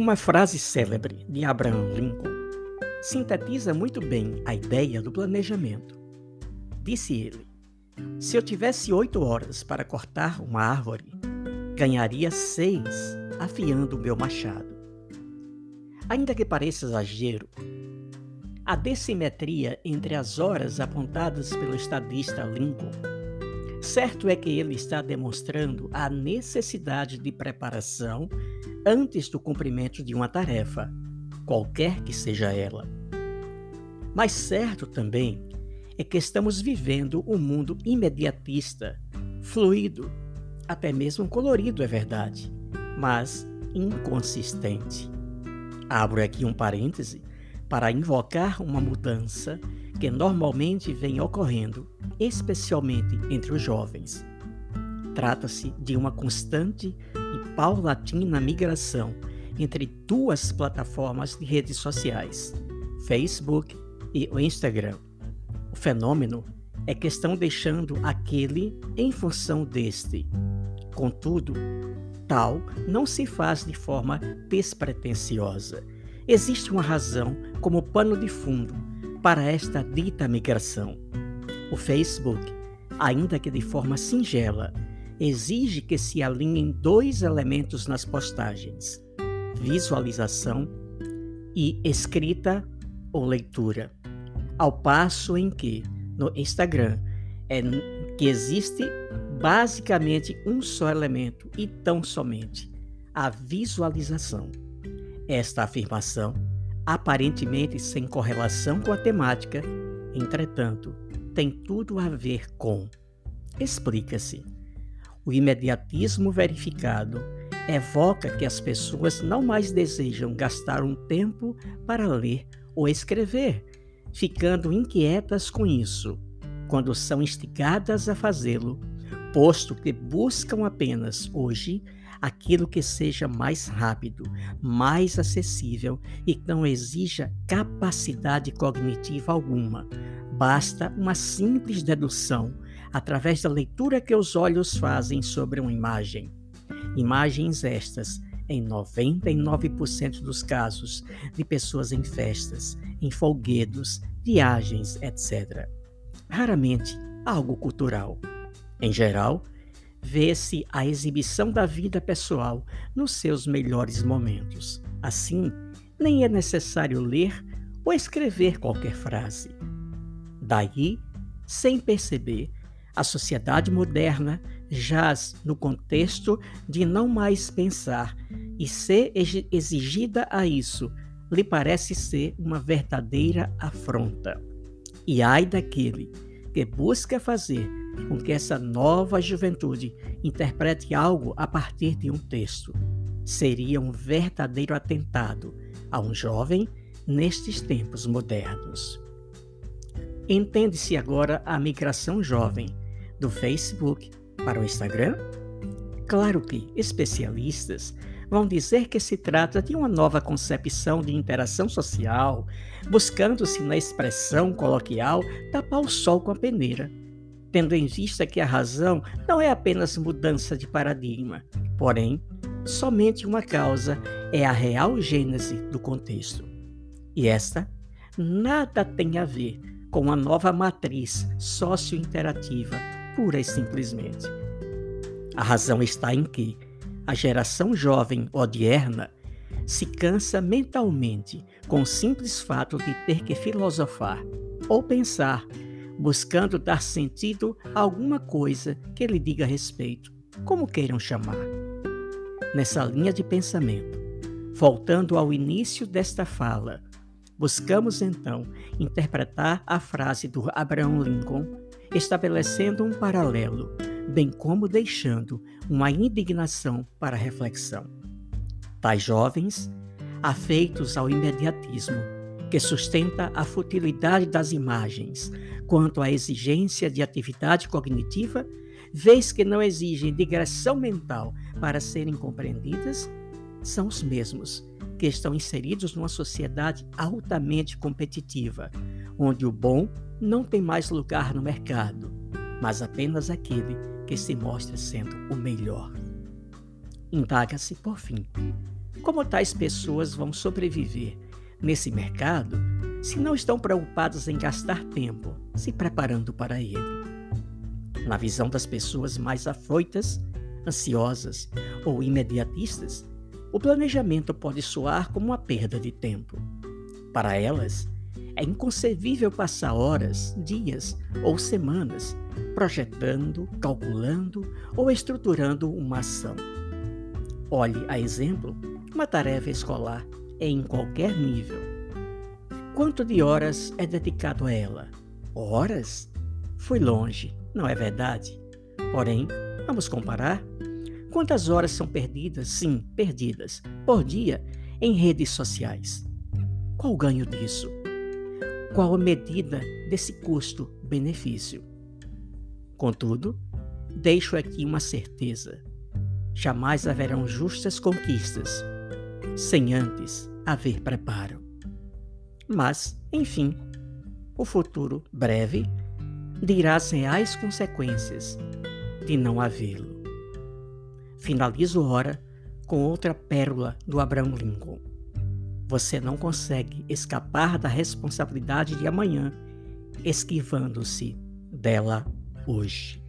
Uma frase célebre de Abraham Lincoln sintetiza muito bem a ideia do planejamento. Disse ele: se eu tivesse 8 horas para cortar uma árvore, ganharia 6 afiando o meu machado. Ainda que pareça exagero, a dissimetria entre as horas apontadas pelo estadista Lincoln, certo é que ele está demonstrando a necessidade de preparação antes do cumprimento de uma tarefa, qualquer que seja ela. Mas certo também é que estamos vivendo um mundo imediatista, fluido, até mesmo colorido, é verdade, mas inconsistente. Abro aqui um parêntese para invocar uma mudança que normalmente vem ocorrendo, especialmente entre os jovens. Trata-se de uma constante e paulatina migração entre 2 plataformas de redes sociais, Facebook e o Instagram. O fenômeno é que estão deixando aquele em função deste. Contudo, tal não se faz de forma despretensiosa. Existe uma razão como pano de fundo para esta dita migração. O Facebook, ainda que de forma singela, exige que se alinhem 2 elementos nas postagens: visualização e escrita ou leitura. Ao passo em que, no Instagram, que existe basicamente um só elemento e tão somente a visualização. Esta afirmação, aparentemente sem correlação com a temática, entretanto, tem tudo a ver com. Explica-se. O imediatismo verificado evoca que as pessoas não mais desejam gastar um tempo para ler ou escrever, ficando inquietas com isso, quando são instigadas a fazê-lo, posto que buscam apenas, hoje, aquilo que seja mais rápido, mais acessível e que não exija capacidade cognitiva alguma. Basta uma simples dedução através da leitura que os olhos fazem sobre uma imagem. Imagens estas, em 99% dos casos, de pessoas em festas, em folguedos, viagens, etc. Raramente algo cultural. Em geral, vê-se a exibição da vida pessoal nos seus melhores momentos. Assim, nem é necessário ler ou escrever qualquer frase. Daí, sem perceber, a sociedade moderna jaz no contexto de não mais pensar, e ser exigida a isso lhe parece ser uma verdadeira afronta. E ai daquele que busca fazer com que essa nova juventude interprete algo a partir de um texto. Seria um verdadeiro atentado a um jovem nestes tempos modernos. Entende-se agora a migração jovem do Facebook para o Instagram? Claro que especialistas vão dizer que se trata de uma nova concepção de interação social, buscando-se na expressão coloquial tapar o sol com a peneira, tendo em vista que a razão não é apenas mudança de paradigma, porém, somente uma causa é a real gênese do contexto. E esta nada tem a ver com a nova matriz socio-interativa, pura e simplesmente. A razão está em que a geração jovem odierna se cansa mentalmente com o simples fato de ter que filosofar ou pensar, buscando dar sentido a alguma coisa que lhe diga respeito, como queiram chamar. Nessa linha de pensamento, voltando ao início desta fala, buscamos então interpretar a frase do Abraham Lincoln, estabelecendo um paralelo, bem como deixando uma indignação para reflexão. Tais jovens, afeitos ao imediatismo, que sustenta a futilidade das imagens, quanto à exigência de atividade cognitiva, vez que não exigem digressão mental para serem compreendidas, são os mesmos que estão inseridos numa sociedade altamente competitiva, onde o bom não tem mais lugar no mercado, mas apenas aquele que se mostra sendo o melhor. Indaga-se, por fim, Como tais pessoas vão sobreviver nesse mercado se não estão preocupadas em gastar tempo se preparando para ele? Na visão das pessoas mais afoitas, ansiosas ou imediatistas, o planejamento pode soar como uma perda de tempo. Para elas, é inconcebível passar horas, dias ou semanas projetando, calculando ou estruturando uma ação. Olhe, a exemplo, uma tarefa escolar em qualquer nível. Quanto de horas é dedicado a ela? Horas? Fui longe, não é verdade? Porém, vamos comparar? Quantas horas são perdidas, sim, perdidas, por dia em redes sociais? Qual o ganho disso? Qual a medida desse custo-benefício? Contudo, deixo aqui uma certeza: jamais haverão justas conquistas sem antes haver preparo. Mas, enfim, o futuro breve dirá as reais consequências de não havê-lo. Finalizo ora com outra pérola do Abraham Lincoln. Você não consegue escapar da responsabilidade de amanhã, esquivando-se dela hoje.